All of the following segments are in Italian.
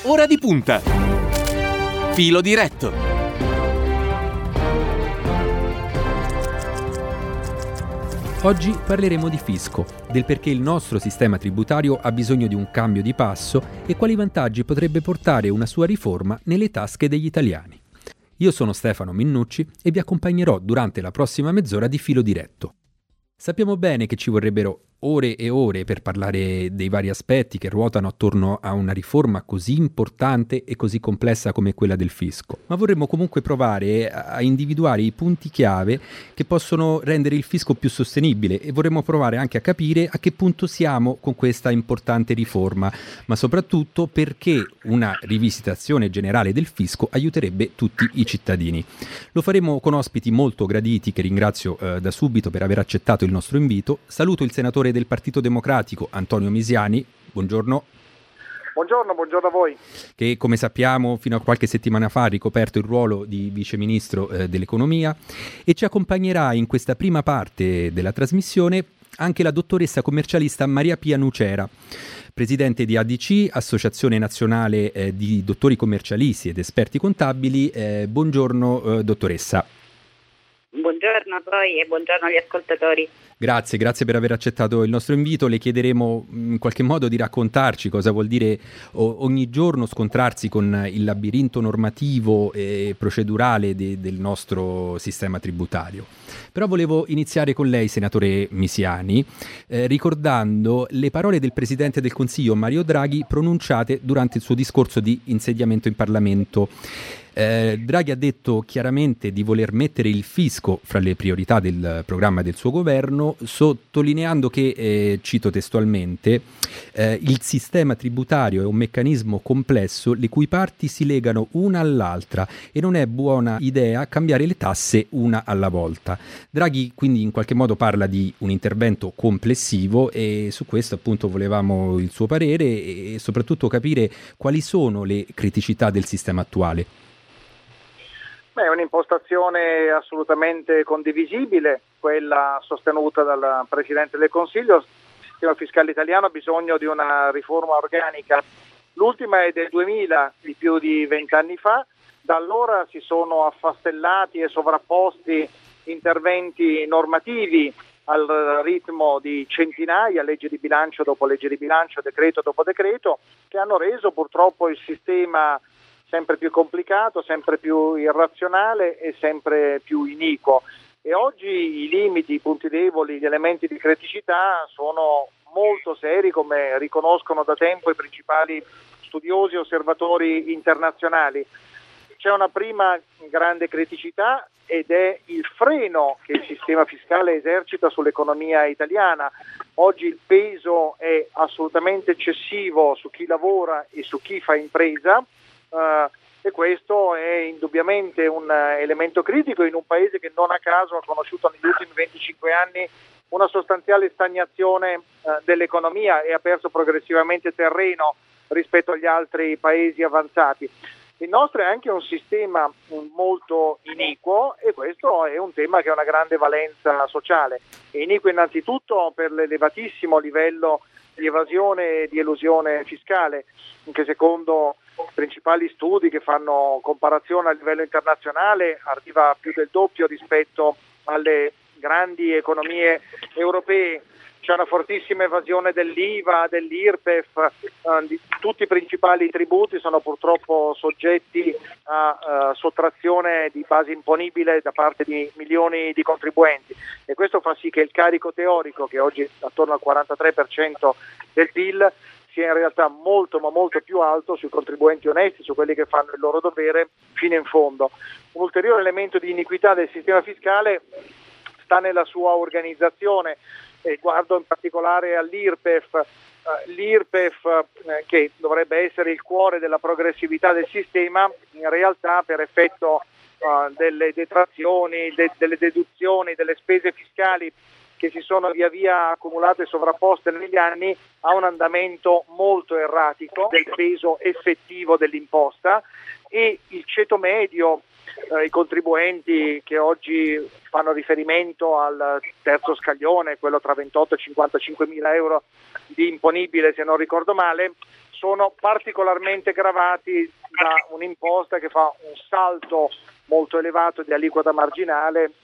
Ora di punta. Filo diretto. Oggi parleremo di fisco, del perché il nostro sistema tributario ha bisogno di un cambio di passo e quali vantaggi potrebbe portare una sua riforma nelle tasche degli italiani. Io sono Stefano Minnucci e vi accompagnerò durante la prossima mezz'ora di Filo Diretto. Sappiamo bene che ci vorrebbero ore e ore per parlare dei vari aspetti che ruotano attorno a una riforma così importante e così complessa come quella del fisco, ma vorremmo comunque provare a individuare i punti chiave che possono rendere il fisco più sostenibile e vorremmo provare anche a capire a che punto siamo con questa importante riforma, ma soprattutto perché una rivisitazione generale del fisco aiuterebbe tutti i cittadini. Lo faremo con ospiti molto graditi che ringrazio da subito per aver accettato il nostro invito. Saluto il senatore del Partito Democratico Antonio Misiani, buongiorno. Buongiorno a voi. Che come sappiamo fino a qualche settimana fa ha ricoperto il ruolo di viceministro dell'economia e ci accompagnerà in questa prima parte della trasmissione anche la dottoressa commercialista Maria Pia Nucera, presidente di ADC, Associazione Nazionale di Dottori Commercialisti ed Esperti Contabili. Buongiorno dottoressa. Buongiorno a voi e buongiorno agli ascoltatori. Grazie per aver accettato il nostro invito. Le chiederemo in qualche modo di raccontarci cosa vuol dire ogni giorno scontrarsi con il labirinto normativo e procedurale del nostro sistema tributario. Però volevo iniziare con lei, senatore Misiani, ricordando le parole del Presidente del Consiglio Mario Draghi pronunciate durante il suo discorso di insediamento in Parlamento. Draghi ha detto chiaramente di voler mettere il fisco fra le priorità del programma del suo governo, sottolineando che, cito testualmente, il sistema tributario è un meccanismo complesso le cui parti si legano una all'altra e non è buona idea cambiare le tasse una alla volta. Draghi quindi in qualche modo parla di un intervento complessivo e su questo appunto volevamo il suo parere e soprattutto capire quali sono le criticità del sistema attuale. È un'impostazione assolutamente condivisibile, quella sostenuta dal Presidente del Consiglio. Il sistema fiscale italiano ha bisogno di una riforma organica. L'ultima è del 2000, di più di 20 anni fa. Da allora si sono affastellati e sovrapposti interventi normativi al ritmo di centinaia, legge di bilancio dopo legge di bilancio, decreto dopo decreto, che hanno reso purtroppo il sistema sempre più complicato, sempre più irrazionale e sempre più iniquo. E oggi i limiti, i punti deboli, gli elementi di criticità sono molto seri, come riconoscono da tempo i principali studiosi e osservatori internazionali. C'è una prima grande criticità ed è il freno che il sistema fiscale esercita sull'economia italiana. Oggi il peso è assolutamente eccessivo su chi lavora e su chi fa impresa. E questo è indubbiamente un elemento critico in un paese che non a caso ha conosciuto negli ultimi 25 anni una sostanziale stagnazione dell'economia e ha perso progressivamente terreno rispetto agli altri paesi avanzati. Il nostro è anche un sistema molto iniquo e questo è un tema che ha una grande valenza sociale. È iniquo innanzitutto per l'elevatissimo livello di evasione e di elusione fiscale, che secondo i principali studi che fanno comparazione a livello internazionale arriva più del doppio rispetto alle grandi economie europee. C'è una fortissima evasione dell'IVA, dell'IRPEF, tutti i principali tributi sono purtroppo soggetti a sottrazione di base imponibile da parte di milioni di contribuenti e questo fa sì che il carico teorico, che oggi è attorno al 43% del PIL, sia in realtà molto ma molto più alto sui contribuenti onesti, su quelli che fanno il loro dovere fino in fondo. Un ulteriore elemento di iniquità del sistema fiscale sta nella sua organizzazione. Guardo in particolare all'IRPEF, che dovrebbe essere il cuore della progressività del sistema, in realtà per effetto delle detrazioni, delle deduzioni, delle spese fiscali che si sono via via accumulate e sovrapposte negli anni, ha un andamento molto erratico del peso effettivo dell'imposta e il ceto medio, i contribuenti che oggi fanno riferimento al terzo scaglione, quello tra 28 e 55 mila euro di imponibile se non ricordo male, sono particolarmente gravati da un'imposta che fa un salto molto elevato di aliquota marginale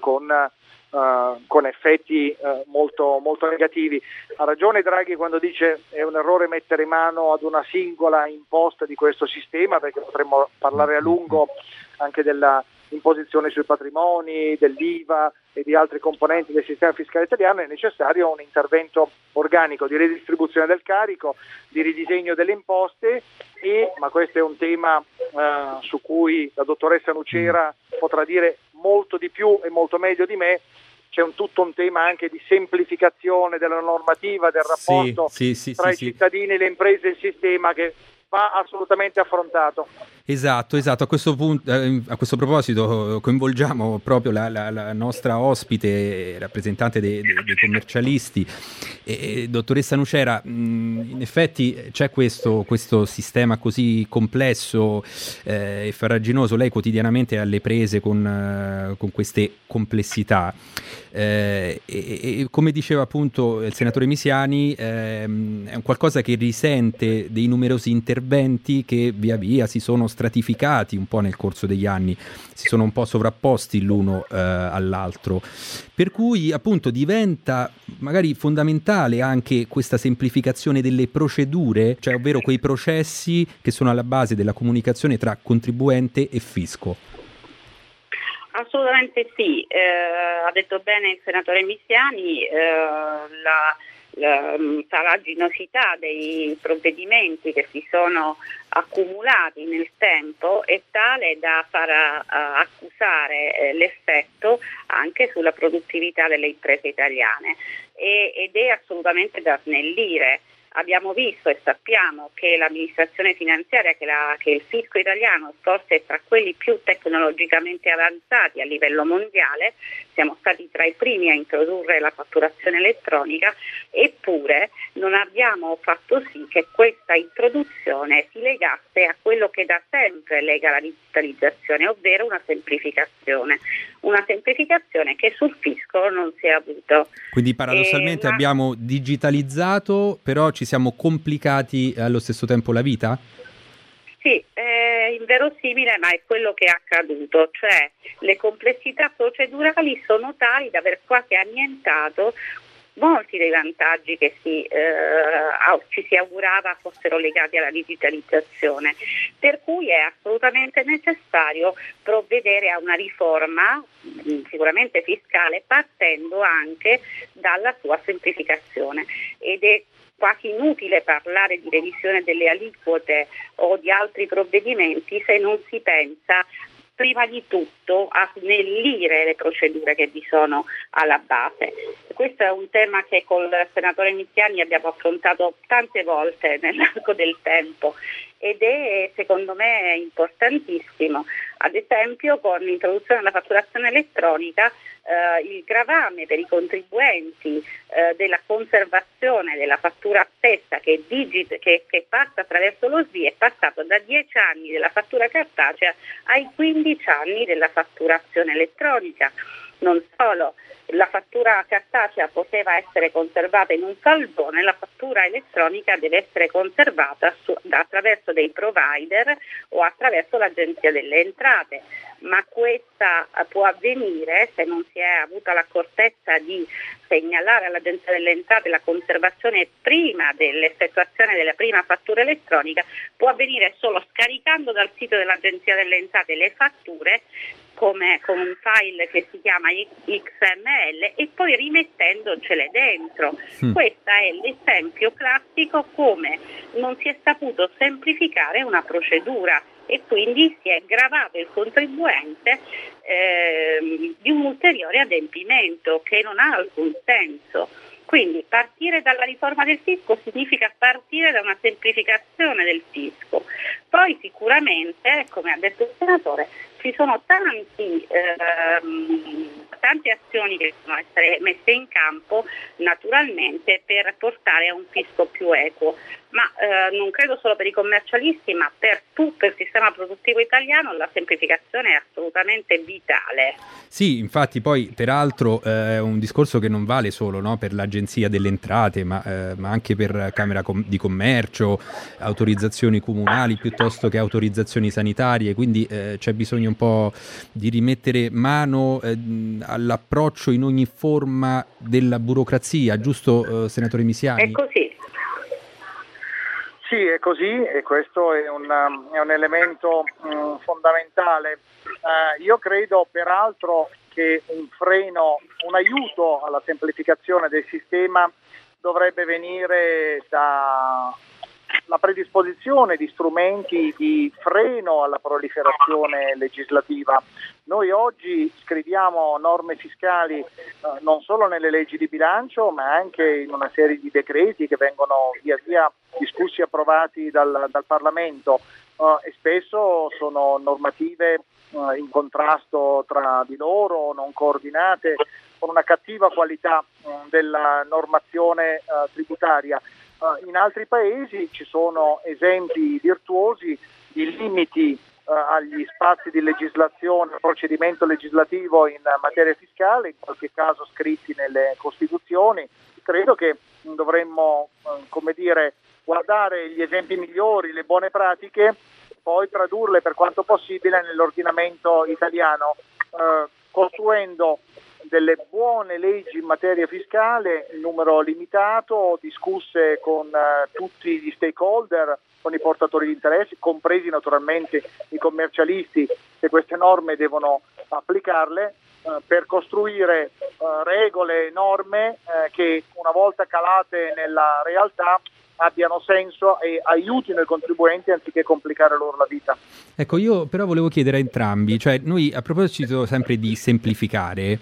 con effetti molto, molto negativi. Ha ragione Draghi quando dice è un errore mettere mano ad una singola imposta di questo sistema, perché potremmo parlare a lungo anche della imposizione sui patrimoni, dell'IVA e di altri componenti del sistema fiscale italiano. È necessario un intervento organico di redistribuzione del carico, di ridisegno delle imposte ma questo è un tema su cui la dottoressa Nucera potrà dire molto di più e molto meglio di me. C'è tutto un tema anche di semplificazione della normativa, del rapporto tra i cittadini, le imprese e il sistema, che va assolutamente affrontato. Esatto. A questo punto, a questo proposito, coinvolgiamo proprio la nostra ospite, rappresentante dei commercialisti, dottoressa Nucera. In effetti c'è questo sistema così complesso e farraginoso. Lei quotidianamente è alle prese con queste complessità. E come diceva appunto il senatore Misiani, è un qualcosa che risente dei numerosi interventi che via via si sono stratificati un po' nel corso degli anni, si sono un po' sovrapposti l'uno all'altro, per cui appunto diventa magari fondamentale anche questa semplificazione delle procedure, cioè ovvero quei processi che sono alla base della comunicazione tra contribuente e fisco. Assolutamente sì, ha detto bene il senatore Misiani, la farraginosità dei provvedimenti che si sono accumulati nel tempo è tale da far accusare l'effetto anche sulla produttività delle imprese italiane ed è assolutamente da snellire. Abbiamo visto e sappiamo che l'amministrazione finanziaria, che il fisco italiano forse è tra quelli più tecnologicamente avanzati a livello mondiale, siamo stati tra i primi a introdurre la fatturazione elettronica, eppure non abbiamo fatto sì che questa introduzione si legasse a quello che da sempre lega la digitalizzazione, ovvero una semplificazione che sul fisco non si è avuto. Quindi paradossalmente abbiamo digitalizzato, però ci siamo complicati allo stesso tempo la vita? Sì, è inverosimile, ma è quello che è accaduto, cioè le complessità procedurali sono tali da aver quasi annientato molti dei vantaggi che ci si augurava fossero legati alla digitalizzazione, per cui è assolutamente necessario provvedere a una riforma sicuramente fiscale, partendo anche dalla sua semplificazione, ed è quasi inutile parlare di revisione delle aliquote o di altri provvedimenti se non si pensa prima di tutto a snellire le procedure che vi sono alla base. Questo è un tema che col senatore Misiani abbiamo affrontato tante volte nell'arco del tempo ed è secondo me importantissimo. Ad esempio, con l'introduzione della fatturazione elettronica, il gravame per i contribuenti della conservazione della fattura stessa che passa attraverso lo SVI è passato da 10 anni della fattura cartacea ai 15 anni della fatturazione elettronica. Non solo, la fattura cartacea poteva essere conservata in un salvone, la fattura elettronica deve essere conservata attraverso dei provider o attraverso l'Agenzia delle Entrate, ma questa può avvenire se non si è avuta l'accortezza di segnalare all'Agenzia delle Entrate la conservazione prima dell'effettuazione della prima fattura elettronica, può avvenire solo scaricando dal sito dell'Agenzia delle Entrate le fatture con un file che si chiama XML e poi rimettendocele dentro. Questo è l'esempio classico come non si è saputo semplificare una procedura e quindi si è gravato il contribuente di un ulteriore adempimento che non ha alcun senso. Quindi partire dalla riforma del fisco significa partire da una semplificazione del fisco. Poi sicuramente, come ha detto il senatore, ci sono tante azioni che devono essere messe in campo naturalmente per portare a un fisco più equo, ma non credo solo per i commercialisti, ma per tutto il sistema produttivo italiano la semplificazione è assolutamente vitale. Sì, infatti poi peraltro è un discorso che non vale solo, no, per l'Agenzia delle Entrate, ma anche per Camera di Commercio, autorizzazioni comunali piuttosto che autorizzazioni sanitarie, quindi c'è bisogno un po' di rimettere mano all'approccio in ogni forma della burocrazia, giusto senatore Misiani? È così. Sì, è così e questo è un elemento fondamentale. Io credo peraltro che un aiuto alla semplificazione del sistema dovrebbe venire dalla predisposizione di strumenti di freno alla proliferazione legislativa. Noi oggi scriviamo norme fiscali non solo nelle leggi di bilancio, ma anche in una serie di decreti che vengono via via discussi e approvati dal Parlamento e spesso sono normative in contrasto tra di loro, non coordinate, con una cattiva qualità della normazione tributaria. In altri paesi ci sono esempi virtuosi di limiti agli spazi di legislazione, procedimento legislativo in materia fiscale, in qualche caso scritti nelle Costituzioni. Credo che dovremmo, guardare gli esempi migliori, le buone pratiche, poi tradurle per quanto possibile nell'ordinamento italiano, costruendo delle buone leggi in materia fiscale, in numero limitato, discusse con tutti gli stakeholder, con i portatori di interessi, compresi naturalmente i commercialisti, che queste norme devono applicarle, per costruire regole, norme che una volta calate nella realtà abbiano senso e aiutino i contribuenti anziché complicare loro la vita. Ecco, io però volevo chiedere a entrambi, cioè noi a proposito sempre di semplificare,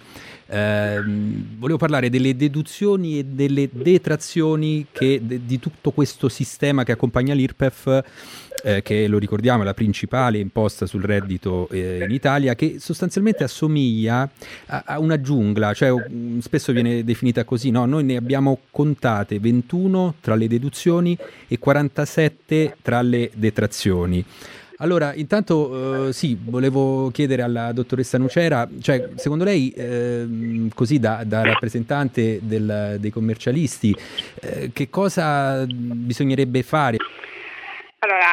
volevo parlare delle deduzioni e delle detrazioni di tutto questo sistema che accompagna l'IRPEF, che lo ricordiamo è la principale imposta sul reddito in Italia, che sostanzialmente assomiglia a una giungla, cioè spesso viene definita così, no? Noi ne abbiamo contate 21 tra le deduzioni e 47 tra le detrazioni. Allora, intanto sì, volevo chiedere alla dottoressa Nucera, cioè secondo lei, così da rappresentante dei commercialisti, che cosa bisognerebbe fare? Allora,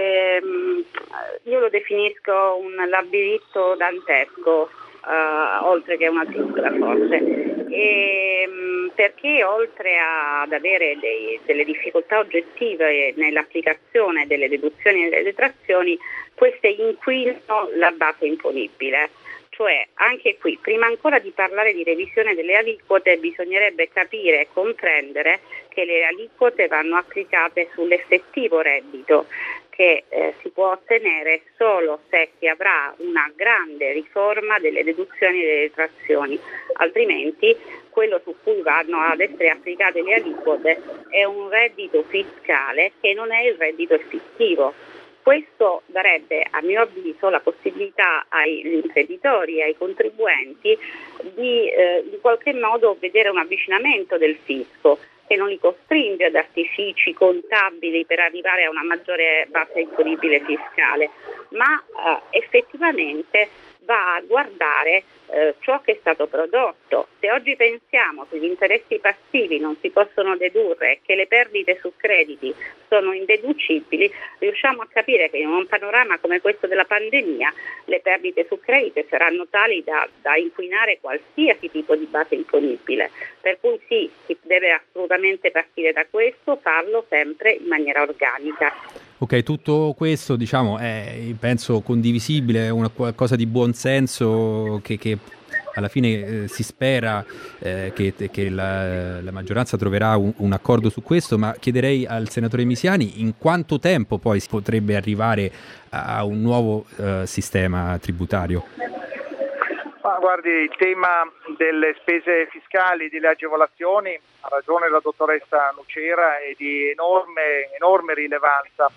io lo definisco un labirinto dantesco, oltre che una giungla forse, perché oltre ad avere delle difficoltà oggettive nell'applicazione delle deduzioni e delle detrazioni, queste inquinano la base imponibile. Cioè, anche qui, prima ancora di parlare di revisione delle aliquote, bisognerebbe capire e comprendere che le aliquote vanno applicate sull'effettivo reddito, che si può ottenere solo se si avrà una grande riforma delle deduzioni e delle detrazioni, altrimenti quello su cui vanno ad essere applicate le aliquote è un reddito fiscale che non è il reddito effettivo. Questo darebbe, a mio avviso, la possibilità agli imprenditori e ai contribuenti di in qualche modo vedere un avvicinamento del fisco, che non li costringe ad artifici contabili per arrivare a una maggiore base imponibile fiscale, ma effettivamente va a guardare ciò che è stato prodotto. Se oggi pensiamo che gli interessi passivi non si possono dedurre e che le perdite su crediti sono indeducibili, riusciamo a capire che in un panorama come questo della pandemia le perdite su credito saranno tali da inquinare qualsiasi tipo di base imponibile. Per cui sì, si deve assolutamente partire da questo, farlo sempre in maniera organica. Ok, tutto questo diciamo è, penso, condivisibile, è una qualcosa di buon senso che alla fine si spera che la maggioranza troverà un accordo su questo, ma chiederei al senatore Misiani in quanto tempo poi si potrebbe arrivare a un nuovo sistema tributario? Ma guardi, il tema delle spese fiscali, delle agevolazioni, ha ragione la dottoressa Nucera, è di enorme rilevanza.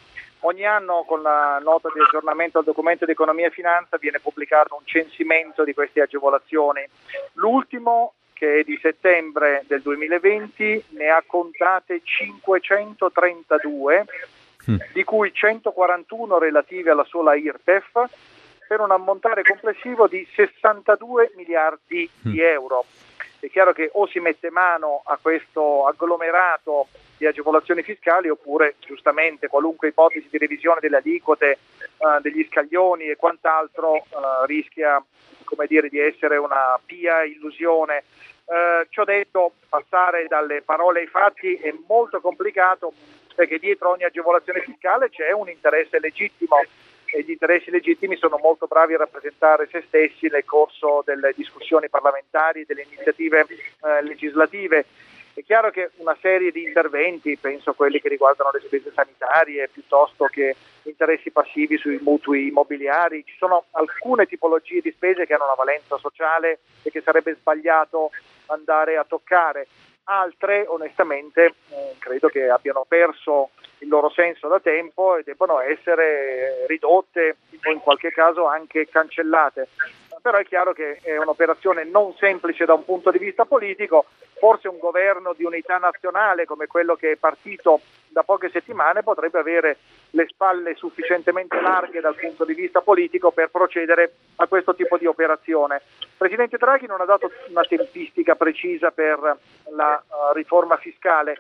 Ogni anno con la nota di aggiornamento al documento di economia e finanza viene pubblicato un censimento di queste agevolazioni. L'ultimo, che è di settembre del 2020, ne ha contate 532, di cui 141 relative alla sola IRPEF, per un ammontare complessivo di 62 miliardi di euro. È chiaro che o si mette mano a questo agglomerato di agevolazioni fiscali oppure giustamente qualunque ipotesi di revisione delle aliquote, degli scaglioni e quant'altro rischia, come dire, di essere una pia illusione. Ciò detto, passare dalle parole ai fatti è molto complicato, perché dietro ogni agevolazione fiscale c'è un interesse legittimo e gli interessi legittimi sono molto bravi a rappresentare se stessi nel corso delle discussioni parlamentari e delle iniziative legislative. È chiaro che una serie di interventi, penso a quelli che riguardano le spese sanitarie piuttosto che interessi passivi sui mutui immobiliari, ci sono alcune tipologie di spese che hanno una valenza sociale e che sarebbe sbagliato andare a toccare. Altre, onestamente, credo che abbiano perso il loro senso da tempo e debbano essere ridotte o in qualche caso anche cancellate. Però è chiaro che è un'operazione non semplice da un punto di vista politico. Forse un governo di unità nazionale come quello che è partito da poche settimane potrebbe avere le spalle sufficientemente larghe dal punto di vista politico per procedere a questo tipo di operazione. Il Presidente Draghi non ha dato una tempistica precisa per la riforma fiscale.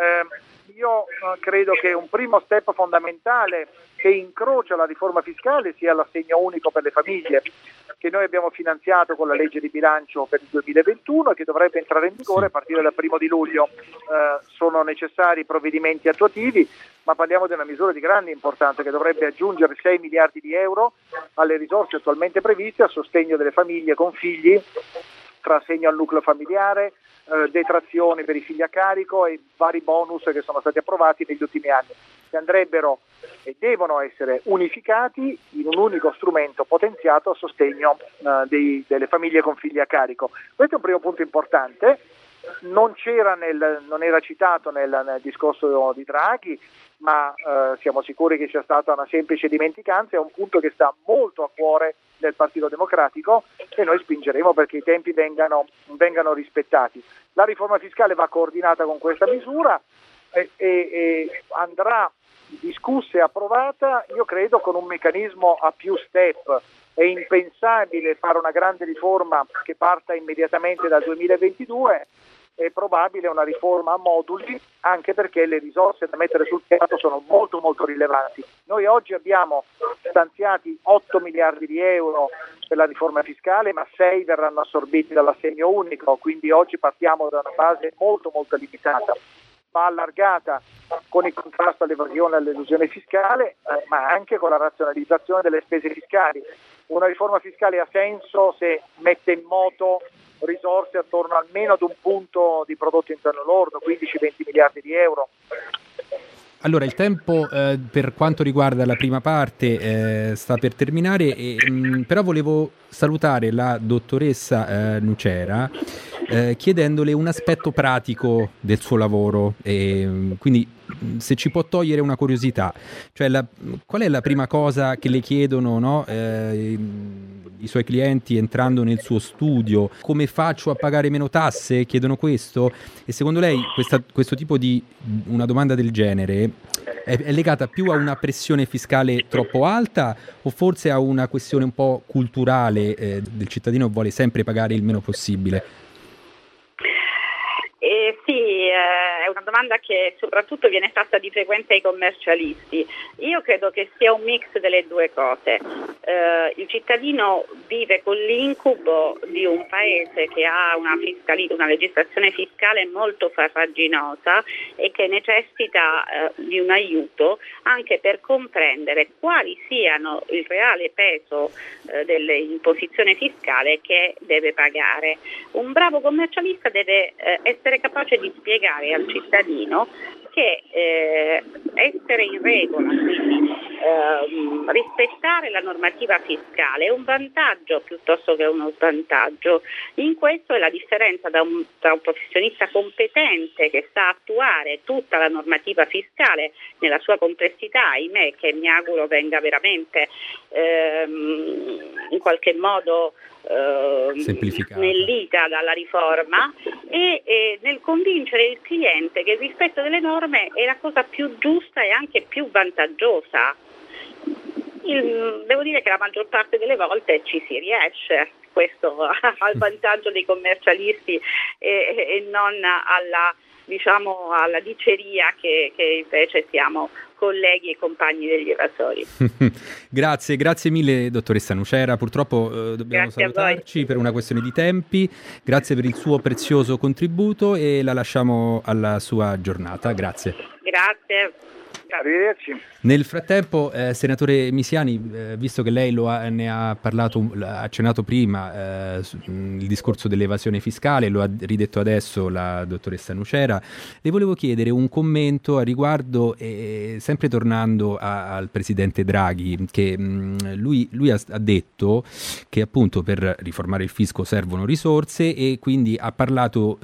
Io credo che un primo step fondamentale che incrocia la riforma fiscale sia l'assegno unico per le famiglie, che noi abbiamo finanziato con la legge di bilancio per il 2021 e che dovrebbe entrare in vigore a partire dal 1 di luglio. Sono necessari provvedimenti attuativi, ma parliamo di una misura di grande importanza che dovrebbe aggiungere 6 miliardi di euro alle risorse attualmente previste a sostegno delle famiglie con figli, tra assegno al nucleo familiare, detrazioni per i figli a carico e vari bonus che sono stati approvati negli ultimi anni, che andrebbero e devono essere unificati in un unico strumento potenziato a sostegno delle famiglie con figli a carico. Questo è un primo punto importante, non era citato nel discorso di Draghi, ma siamo sicuri che sia stata una semplice dimenticanza. È un punto che sta molto a cuore del Partito Democratico e noi spingeremo perché i tempi vengano rispettati. La riforma fiscale va coordinata con questa misura e andrà discussa e approvata, io credo, con un meccanismo a più step. È impensabile fare una grande riforma che parta immediatamente dal 2022, è probabile una riforma a moduli, anche perché le risorse da mettere sul piatto sono molto molto rilevanti. Noi oggi abbiamo stanziati 8 miliardi di euro per la riforma fiscale, ma 6 verranno assorbiti dall'assegno unico, quindi oggi partiamo da una base molto molto limitata. Va allargata con il contrasto all'evasione e all'elusione fiscale, ma anche con la razionalizzazione delle spese fiscali. Una riforma fiscale ha senso se mette in moto risorse attorno almeno ad un punto di prodotto interno lordo, 15-20 miliardi di euro. Allora, il tempo per quanto riguarda la prima parte sta per terminare, però volevo salutare la dottoressa Nucera chiedendole un aspetto pratico del suo lavoro, quindi se ci può togliere una curiosità, cioè qual è la prima cosa che le chiedono, no? I suoi clienti entrando nel suo studio: come faccio a pagare meno tasse? Chiedono questo. E secondo lei questo tipo di una domanda del genere è legata più a una pressione fiscale troppo alta o forse a una questione un po' culturale del cittadino che vuole sempre pagare il meno possibile? Sì, è una domanda che soprattutto viene fatta di frequente ai commercialisti. Io credo che sia un mix delle due cose. Il cittadino vive con l'incubo di un paese che ha una legislazione fiscale molto farraginosa e che necessita di un aiuto anche per comprendere quali siano il reale peso dell'imposizione fiscale che deve pagare. Un bravo commercialista deve essere capace di spiegare al cittadino che essere in regola, quindi rispettare la normativa fiscale è un vantaggio piuttosto che uno svantaggio. In questo è la differenza tra un professionista competente che sa attuare tutta la normativa fiscale nella sua complessità, ahimè, che mi auguro venga veramente in qualche modo snellita dalla riforma, e nel convincere il cliente che il rispetto delle norme è la cosa più giusta e anche più vantaggiosa. Devo dire che la maggior parte delle volte ci si riesce, questo al vantaggio dei commercialisti e non alla diceria che invece siamo colleghi e compagni degli evasori. Grazie mille dottoressa Nucera, purtroppo dobbiamo salutarci per una questione di tempi. Grazie per il suo prezioso contributo e la lasciamo alla sua giornata. Grazie. Arrivederci. Nel frattempo, senatore Misiani, visto che lei ne ha parlato, ha accennato prima il discorso dell'evasione fiscale, lo ha ridetto adesso la dottoressa Nucera, le volevo chiedere un commento a riguardo, sempre tornando al presidente Draghi, che lui ha detto che appunto per riformare il fisco servono risorse, e quindi ha parlato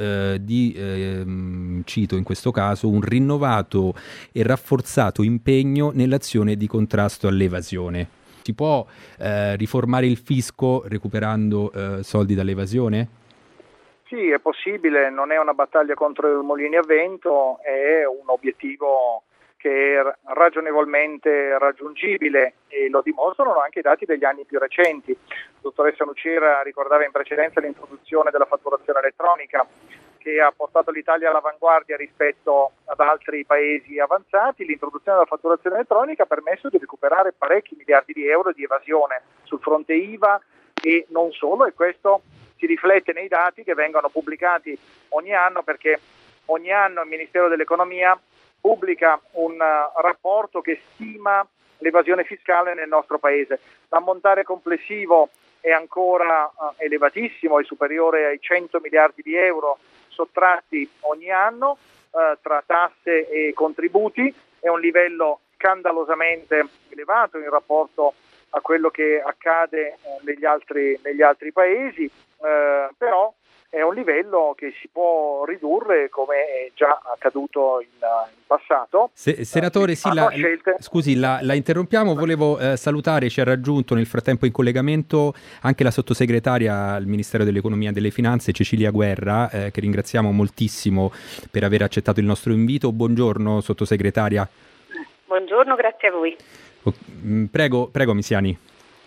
cito in questo caso, un rinnovato e rafforzato impegno nell'azione di contrasto all'evasione. Si può riformare il fisco recuperando soldi dall'evasione? Sì, è possibile, non è una battaglia contro i mulini a vento, è un obiettivo che è ragionevolmente raggiungibile, e lo dimostrano anche i dati degli anni più recenti. La dottoressa Nucera ricordava in precedenza l'introduzione della fatturazione elettronica, che ha portato l'Italia all'avanguardia rispetto ad altri paesi avanzati. L'introduzione della fatturazione elettronica ha permesso di recuperare parecchi miliardi di euro di evasione sul fronte IVA e non solo, e questo si riflette nei dati che vengono pubblicati ogni anno, perché ogni anno il Ministero dell'Economia pubblica un rapporto che stima l'evasione fiscale nel nostro paese. L'ammontare complessivo è ancora elevatissimo, è superiore ai 100 miliardi di euro sottratti ogni anno tra tasse e contributi. È un livello scandalosamente elevato in rapporto a quello che accade negli altri paesi, però è un livello che si può ridurre, come è già accaduto in passato. Senatore, scusi, la interrompiamo. Volevo salutare, ci ha raggiunto nel frattempo in collegamento anche la sottosegretaria al Ministero dell'Economia e delle Finanze, Cecilia Guerra, che ringraziamo moltissimo per aver accettato il nostro invito. Buongiorno, sottosegretaria. Buongiorno, grazie a voi. Prego Misiani.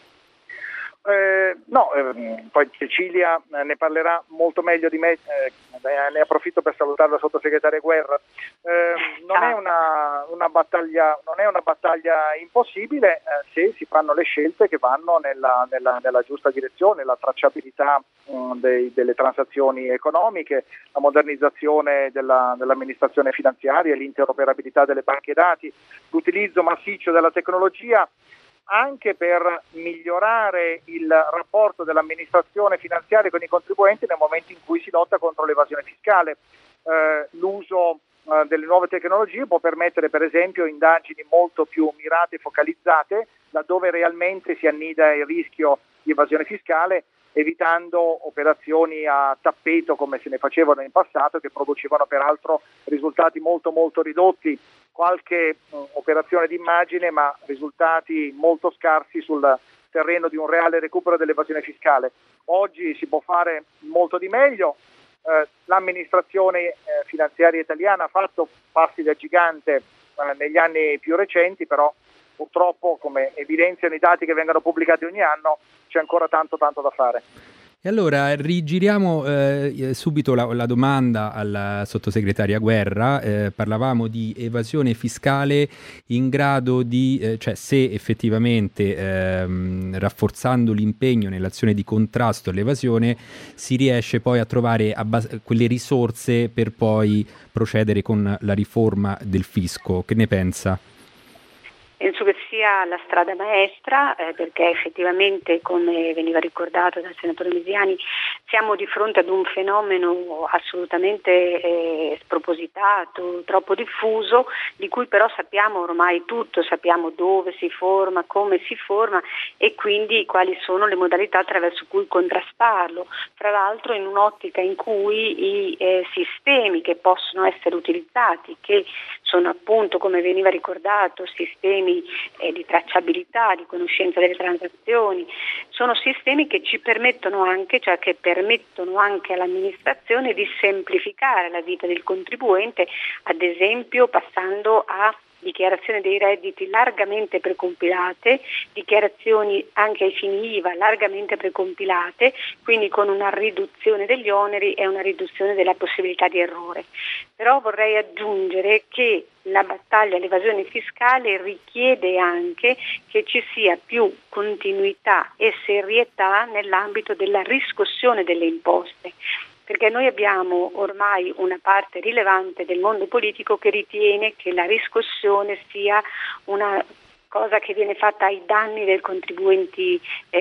Poi Cecilia ne parlerà molto meglio di me, ne approfitto per salutare la sottosegretaria Guerra. Non è una battaglia impossibile se si fanno le scelte che vanno nella giusta direzione, la tracciabilità delle transazioni economiche, la modernizzazione dell'amministrazione finanziaria, l'interoperabilità delle banche dati, l'utilizzo massiccio della tecnologia, anche per migliorare il rapporto dell'amministrazione finanziaria con i contribuenti nel momento in cui si lotta contro l'evasione fiscale. L'uso delle nuove tecnologie può permettere per esempio indagini molto più mirate e focalizzate laddove realmente si annida il rischio di evasione fiscale, evitando operazioni a tappeto come se ne facevano in passato, che producevano peraltro risultati molto molto ridotti, qualche operazione d'immagine ma risultati molto scarsi sul terreno di un reale recupero dell'evasione fiscale. Oggi si può fare molto di meglio, l'amministrazione finanziaria italiana ha fatto passi da gigante negli anni più recenti, però purtroppo, come evidenziano i dati che vengono pubblicati ogni anno, c'è ancora tanto da fare. E allora rigiriamo subito la domanda alla sottosegretaria Guerra. Parlavamo di evasione fiscale in grado di, cioè se effettivamente rafforzando l'impegno nell'azione di contrasto all'evasione si riesce poi a trovare quelle risorse per poi procedere con la riforma del fisco. Che ne pensa? Penso che sia sia la strada maestra, perché effettivamente, come veniva ricordato dal senatore Misiani, siamo di fronte ad un fenomeno assolutamente spropositato, troppo diffuso, di cui però sappiamo ormai tutto, sappiamo dove si forma, come si forma e quindi quali sono le modalità attraverso cui contrastarlo. Fra l'altro in un'ottica in cui i sistemi che possono essere utilizzati, che sono appunto, come veniva ricordato, sistemi di tracciabilità, di conoscenza delle transazioni, sono sistemi che ci permettono anche, cioè che permettono anche all'amministrazione di semplificare la vita del contribuente, ad esempio passando a dichiarazioni dei redditi largamente precompilate, dichiarazioni anche ai fini IVA largamente precompilate, quindi con una riduzione degli oneri e una riduzione della possibilità di errore. Però vorrei aggiungere che la battaglia all'evasione fiscale richiede anche che ci sia più continuità e serietà nell'ambito della riscossione delle imposte, perché noi abbiamo ormai una parte rilevante del mondo politico che ritiene che la riscossione sia una cosa che viene fatta ai danni dei contribuenti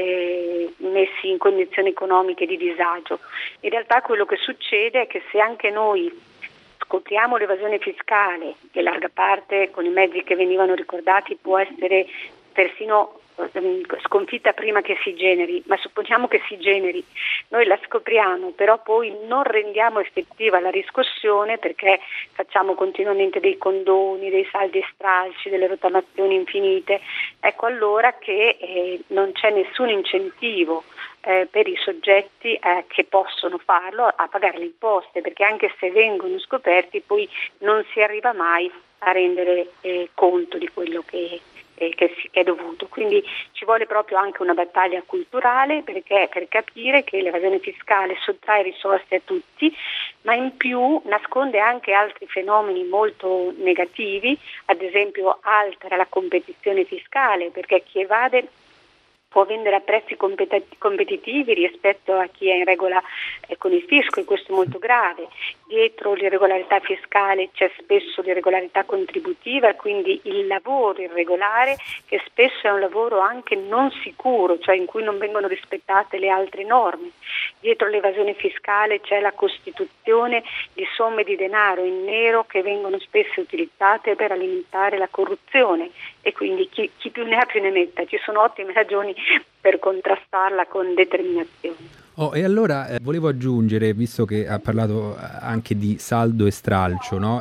messi in condizioni economiche di disagio. In realtà quello che succede è che se anche noi scopriamo l'evasione fiscale, che in larga parte con i mezzi che venivano ricordati può essere persino sconfitta prima che si generi, ma supponiamo che si generi, noi la scopriamo, però poi non rendiamo effettiva la riscossione perché facciamo continuamente dei condoni, dei saldi e stralci, delle rottamazioni infinite, ecco allora che non c'è nessun incentivo per i soggetti che possono farlo a pagare le imposte, perché anche se vengono scoperti poi non si arriva mai a rendere conto di quello che è dovuto. Quindi ci vuole proprio anche una battaglia culturale, perché per capire che l'evasione fiscale sottrae risorse a tutti, ma in più nasconde anche altri fenomeni molto negativi, ad esempio altera la competizione fiscale, perché chi evade può vendere a prezzi competitivi rispetto a chi è in regola con il fisco, e questo è molto grave. Dietro l'irregolarità fiscale c'è spesso l'irregolarità contributiva, quindi il lavoro irregolare, che spesso è un lavoro anche non sicuro, cioè in cui non vengono rispettate le altre norme. Dietro l'evasione fiscale c'è la costituzione di somme di denaro in nero che vengono spesso utilizzate per alimentare la corruzione, e quindi chi più ne ha più ne metta. Ci sono ottime ragioni per contrastarla con determinazione. E allora volevo aggiungere, visto che ha parlato anche di saldo e stralcio, no?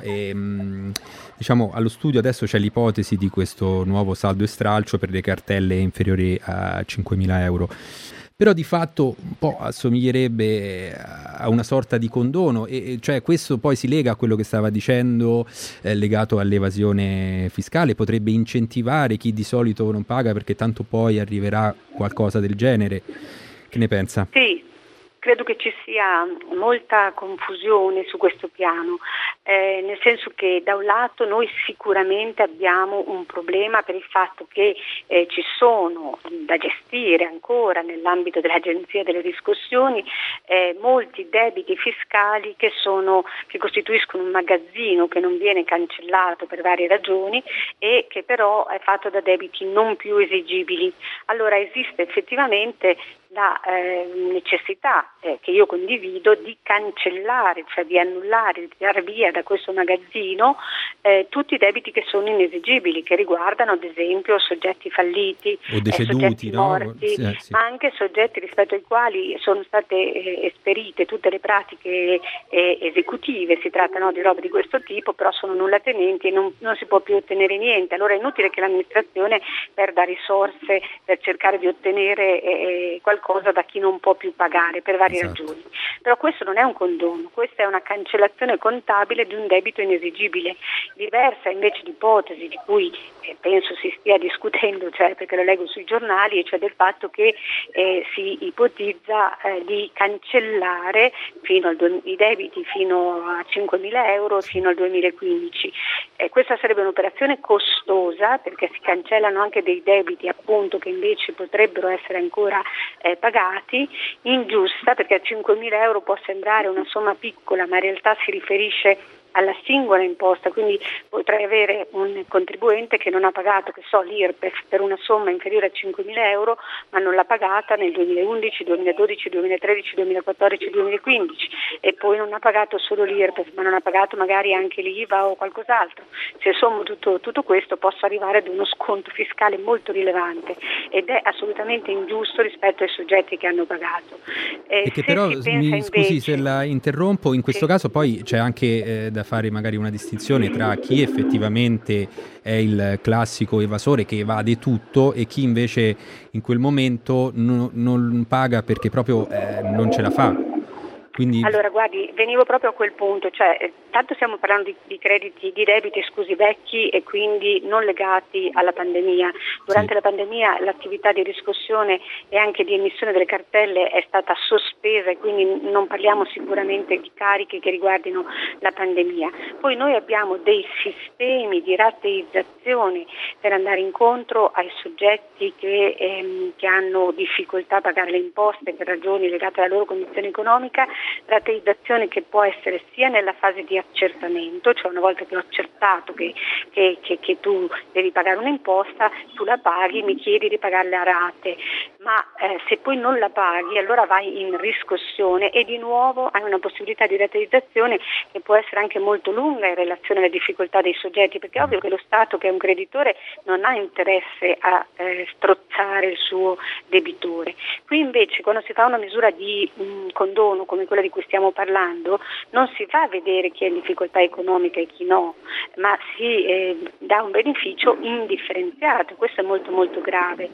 Diciamo allo studio adesso c'è l'ipotesi di questo nuovo saldo e stralcio per le cartelle inferiori a 5.000 euro. Però di fatto un po' assomiglierebbe a una sorta di condono, e cioè questo poi si lega a quello che stava dicendo legato all'evasione fiscale, potrebbe incentivare chi di solito non paga perché tanto poi arriverà qualcosa del genere. Che ne pensa? Sì, credo che ci sia molta confusione su questo piano, nel senso che da un lato noi sicuramente abbiamo un problema per il fatto che ci sono da gestire ancora nell'ambito dell'Agenzia delle riscossioni molti debiti fiscali che costituiscono un magazzino che non viene cancellato per varie ragioni e che però è fatto da debiti non più esigibili. Allora esiste effettivamente la necessità che io condivido di cancellare, cioè di annullare, di tirare via da questo magazzino tutti i debiti che sono inesigibili, che riguardano ad esempio soggetti falliti o deceduti, soggetti morti, sì. ma anche soggetti rispetto ai quali sono state esperite tutte le pratiche esecutive. Si tratta di robe di questo tipo, però sono nullatenenti e non si può più ottenere niente. Allora è inutile che l'amministrazione perda risorse per cercare di ottenere qualcosa da chi non può più pagare per varie ragioni. Però questo non è un condono, questa è una cancellazione contabile di un debito inesigibile. Diversa invece l'ipotesi di cui penso si stia discutendo, cioè perché lo leggo sui giornali, e cioè del fatto che si ipotizza di cancellare i debiti fino a 5.000 euro fino al 2015. Questa sarebbe un'operazione costosa, perché si cancellano anche dei debiti appunto che invece potrebbero essere ancora pagati, ingiusta, perché a 5.000 euro può sembrare una somma piccola, ma in realtà si riferisce alla singola imposta, quindi potrei avere un contribuente che non ha pagato, che so, l'IRPEF per una somma inferiore a 5.000 euro, ma non l'ha pagata nel 2011, 2012, 2013, 2014, 2015 e poi non ha pagato solo l'IRPEF, ma non ha pagato magari anche l'IVA o qualcos'altro. Se sommo tutto questo posso arrivare ad uno sconto fiscale molto rilevante ed è assolutamente ingiusto rispetto ai soggetti che hanno pagato. E che però, scusi se la interrompo, in questo caso poi c'è anche da fare magari una distinzione tra chi effettivamente è il classico evasore che evade tutto e chi invece in quel momento non paga perché proprio non ce la fa. Quindi... Allora guardi, venivo proprio a quel punto, cioè tanto stiamo parlando di crediti, di debiti vecchi e quindi non legati alla pandemia. Durante la pandemia l'attività di riscossione e anche di emissione delle cartelle è stata sospesa e quindi non parliamo sicuramente di cariche che riguardino la pandemia. Poi noi abbiamo dei sistemi di rateizzazione per andare incontro ai soggetti che hanno difficoltà a pagare le imposte per ragioni legate alla loro condizione economica, rateizzazione che può essere sia nella fase di accertamento, cioè una volta che ho accertato che tu devi pagare un'imposta, tu la paghi, mi chiedi di pagarle a rate, ma se poi non la paghi allora vai in riscossione e di nuovo hai una possibilità di rateizzazione che può essere anche molto lunga in relazione alle difficoltà dei soggetti, perché è ovvio che lo Stato, che è un creditore, non ha interesse a strozzare il suo debitore. Qui invece quando si fa una misura di condono come quella di cui stiamo parlando non si va a vedere chi è in difficoltà economica e chi no, ma si dà un beneficio indifferenziato. Questo è molto molto grave.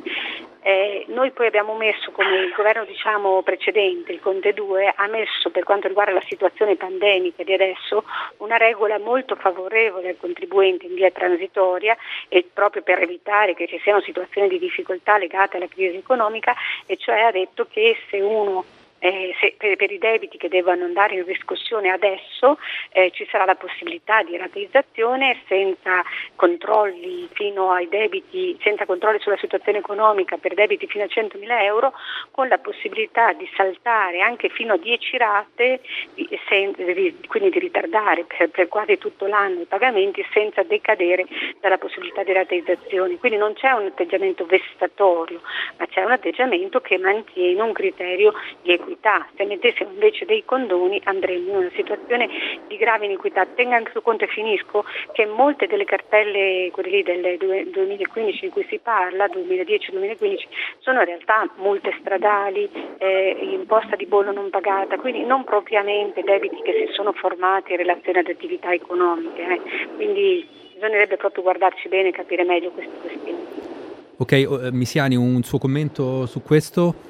Noi poi abbiamo messo, come il governo precedente, il Conte 2, ha messo per quanto riguarda la situazione pandemica di adesso una regola molto favorevole al contribuente in via transitoria e proprio per evitare che ci siano situazioni di difficoltà legate alla crisi economica, e cioè ha detto che se uno per i debiti che devono andare in riscossione adesso ci sarà la possibilità di rateizzazione senza controlli fino ai debiti, senza controlli sulla situazione economica per debiti fino a 100.000 euro, con la possibilità di saltare anche fino a 10 rate, quindi di ritardare per quasi tutto l'anno i pagamenti senza decadere dalla possibilità di rateizzazione. Quindi non c'è un atteggiamento vessatorio, ma c'è un atteggiamento che mantiene un criterio di equità. Se mettessimo invece dei condoni andremo in una situazione di grave iniquità. Tenga anche conto, e finisco, che molte delle cartelle, quelle lì del 2015 di cui si parla, 2010-2015, sono in realtà multe stradali, imposta di bollo non pagata, quindi non propriamente debiti che si sono formati in relazione ad attività economiche. Quindi bisognerebbe proprio guardarci bene e capire meglio queste questioni. Ok, Misiani, un suo commento su questo?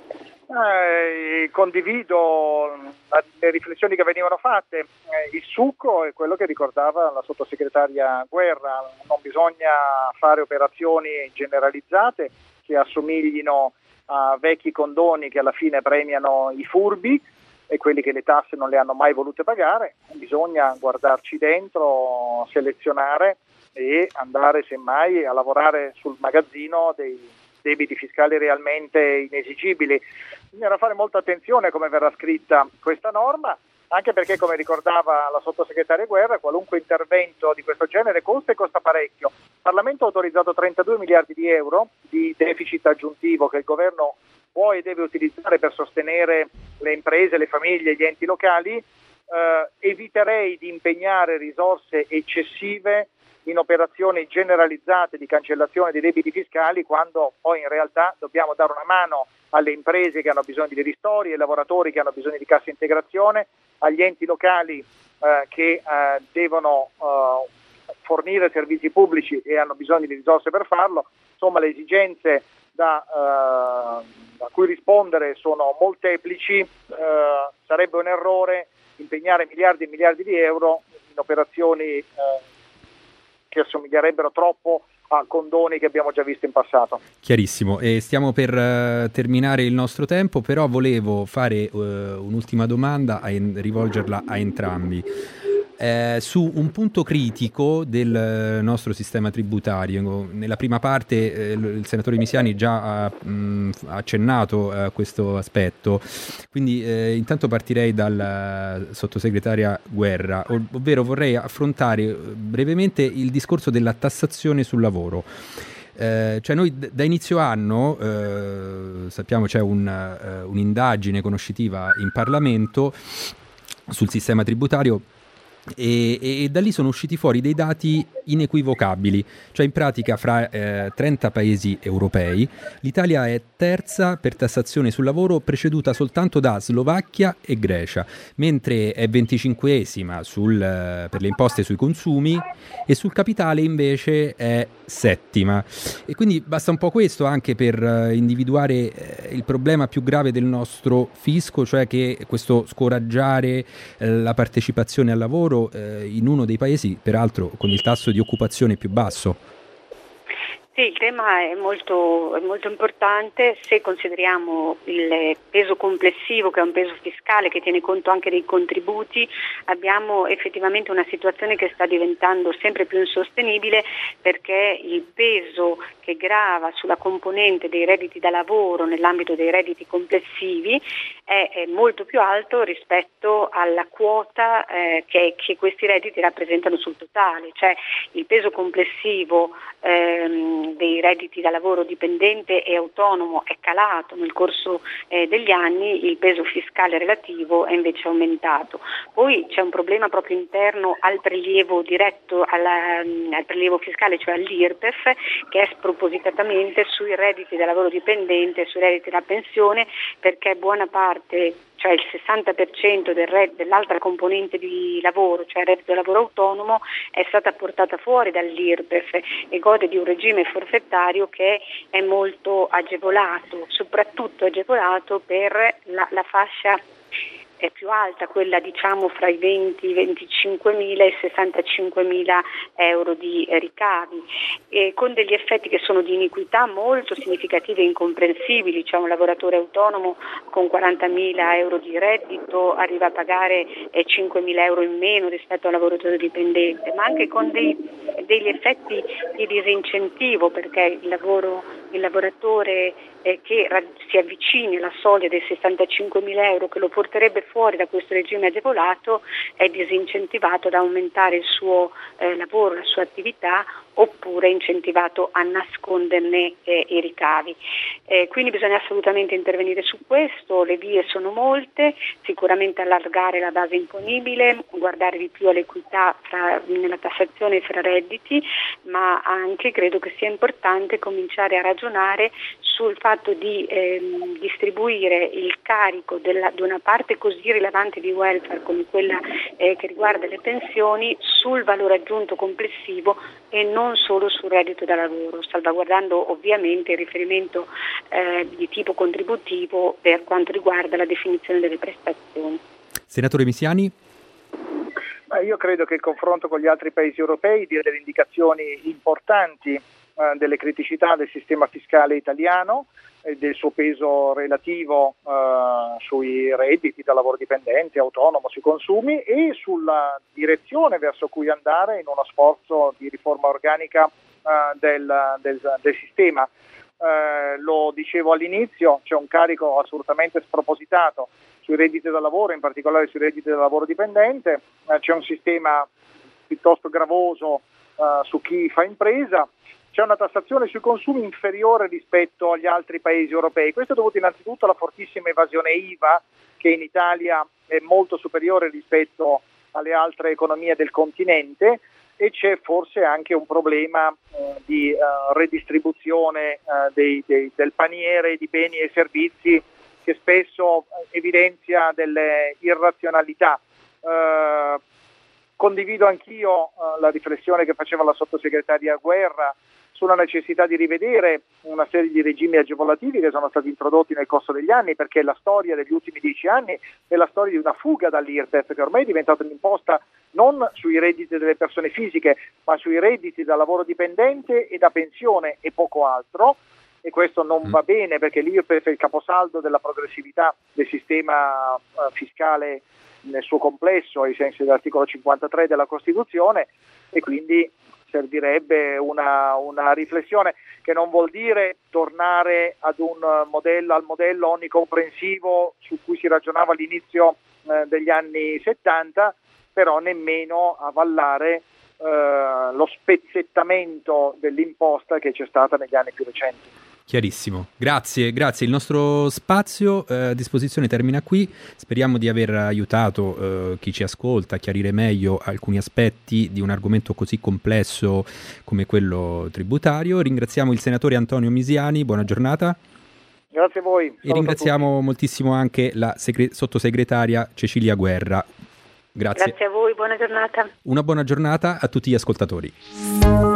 Condivido le riflessioni che venivano fatte. Il succo è quello che ricordava la sottosegretaria Guerra: non bisogna fare operazioni generalizzate che assomiglino a vecchi condoni che alla fine premiano i furbi e quelli che le tasse non le hanno mai volute pagare. Bisogna guardarci dentro, selezionare e andare semmai a lavorare sul magazzino dei debiti fiscali realmente inesigibili. Bisogna fare molta attenzione a come verrà scritta questa norma, anche perché, come ricordava la sottosegretaria Guerra, qualunque intervento di questo genere costa parecchio. Il Parlamento ha autorizzato 32 miliardi di euro di deficit aggiuntivo che il governo può e deve utilizzare per sostenere le imprese, le famiglie, gli enti locali. Eviterei di impegnare risorse eccessive in operazioni generalizzate di cancellazione dei debiti fiscali, quando poi in realtà dobbiamo dare una mano alle imprese che hanno bisogno di ristori, ai lavoratori che hanno bisogno di cassa integrazione, agli enti locali che devono fornire servizi pubblici e hanno bisogno di risorse per farlo. Insomma, le esigenze da cui rispondere sono molteplici. Sarebbe un errore impegnare miliardi e miliardi di euro in operazioni che assomiglierebbero troppo a condoni che abbiamo già visto in passato. Chiarissimo, e stiamo per terminare il nostro tempo, però volevo fare un'ultima domanda, rivolgerla a entrambi. su un punto critico del nostro sistema tributario. Nella prima parte il senatore Misiani già ha accennato a questo aspetto, quindi intanto partirei dalla sottosegretaria Guerra, ovvero vorrei affrontare brevemente il discorso della tassazione sul lavoro. Cioè noi da inizio anno sappiamo c'è un'indagine conoscitiva in Parlamento sul sistema tributario e da lì sono usciti fuori dei dati inequivocabili, cioè in pratica fra 30 paesi europei l'Italia è terza per tassazione sul lavoro, preceduta soltanto da Slovacchia e Grecia, mentre è 25esima per le imposte sui consumi e sul capitale invece è settima. E quindi basta un po' questo anche per individuare il problema più grave del nostro fisco, cioè che questo scoraggiare la partecipazione al lavoro in uno dei paesi peraltro con il tasso di occupazione più basso. Sì, il tema è molto importante se consideriamo il peso complessivo, che è un peso fiscale che tiene conto anche dei contributi. Abbiamo effettivamente una situazione che sta diventando sempre più insostenibile, perché il peso che grava sulla componente dei redditi da lavoro nell'ambito dei redditi complessivi è molto più alto rispetto alla quota che questi redditi rappresentano sul totale, cioè il peso complessivo dei redditi da lavoro dipendente e autonomo è calato nel corso degli anni, il peso fiscale relativo è invece aumentato. Poi c'è un problema proprio interno al prelievo diretto, al prelievo fiscale, cioè all'IRPEF, che è spropositatamente sui redditi da lavoro dipendente e sui redditi da pensione, perché buona parte, cioè il 60% dell'altra componente di lavoro, cioè il reddito da lavoro autonomo, è stata portata fuori dall'IRPEF e gode di un regime forfettario che è molto agevolato, soprattutto agevolato per la fascia è più alta, quella diciamo fra i 25.000 e i 65.000 euro di ricavi, e con degli effetti che sono di iniquità molto significativi e incomprensibili. C'è un lavoratore autonomo con 40.000 euro di reddito arriva a pagare 5.000 euro in meno rispetto a un lavoratore dipendente, ma anche con degli effetti di disincentivo, perché il lavoratore che si avvicini alla soglia dei 65.000 euro, che lo porterebbe fuori da questo regime agevolato, è disincentivato ad aumentare il suo lavoro, la sua attività, oppure incentivato a nasconderne i ricavi. Quindi bisogna assolutamente intervenire su questo, le vie sono molte, sicuramente allargare la base imponibile, guardare di più all'equità nella tassazione fra redditi, ma anche credo che sia importante cominciare a ragionare sul fatto di distribuire il carico di una parte così rilevante di welfare come quella che riguarda le pensioni sul valore aggiunto complessivo e non solo sul reddito da lavoro, salvaguardando ovviamente il riferimento di tipo contributivo per quanto riguarda la definizione delle prestazioni. Senatore Misiani? Io credo che il confronto con gli altri paesi europei dia delle indicazioni importanti delle criticità del sistema fiscale italiano e del suo peso relativo sui redditi da lavoro dipendente, autonomo, sui consumi e sulla direzione verso cui andare in uno sforzo di riforma organica del sistema. Lo dicevo all'inizio, c'è un carico assolutamente spropositato sui redditi da lavoro, in particolare sui redditi da lavoro dipendente, c'è un sistema piuttosto gravoso su chi fa impresa, c'è una tassazione sui consumi inferiore rispetto agli altri paesi europei. Questo è dovuto innanzitutto alla fortissima evasione IVA, che in Italia è molto superiore rispetto alle altre economie del continente, e c'è forse anche un problema di redistribuzione del paniere di beni e servizi che spesso evidenzia delle irrazionalità. Condivido anch'io la riflessione che faceva la sottosegretaria Guerra sulla necessità di rivedere una serie di regimi agevolativi che sono stati introdotti nel corso degli anni, perché la storia degli ultimi 10 anni è la storia di una fuga dall'IRPEF, che ormai è diventata un'imposta non sui redditi delle persone fisiche, ma sui redditi da lavoro dipendente e da pensione e poco altro, e questo non va bene, perché l'IRPEF è il caposaldo della progressività del sistema fiscale nel suo complesso ai sensi dell'articolo 53 della Costituzione, e quindi servirebbe una riflessione che non vuol dire tornare al modello onnicomprensivo su cui si ragionava all'inizio degli anni 70, però nemmeno avallare lo spezzettamento dell'imposta che c'è stata negli anni più recenti. Chiarissimo, grazie. Il nostro spazio a disposizione termina qui. Speriamo di aver aiutato chi ci ascolta a chiarire meglio alcuni aspetti di un argomento così complesso come quello tributario. Ringraziamo il senatore Antonio Misiani, buona giornata. Grazie a voi. E ringraziamo moltissimo anche la sottosegretaria Cecilia Guerra. Grazie. Grazie a voi, buona giornata. Una buona giornata a tutti gli ascoltatori.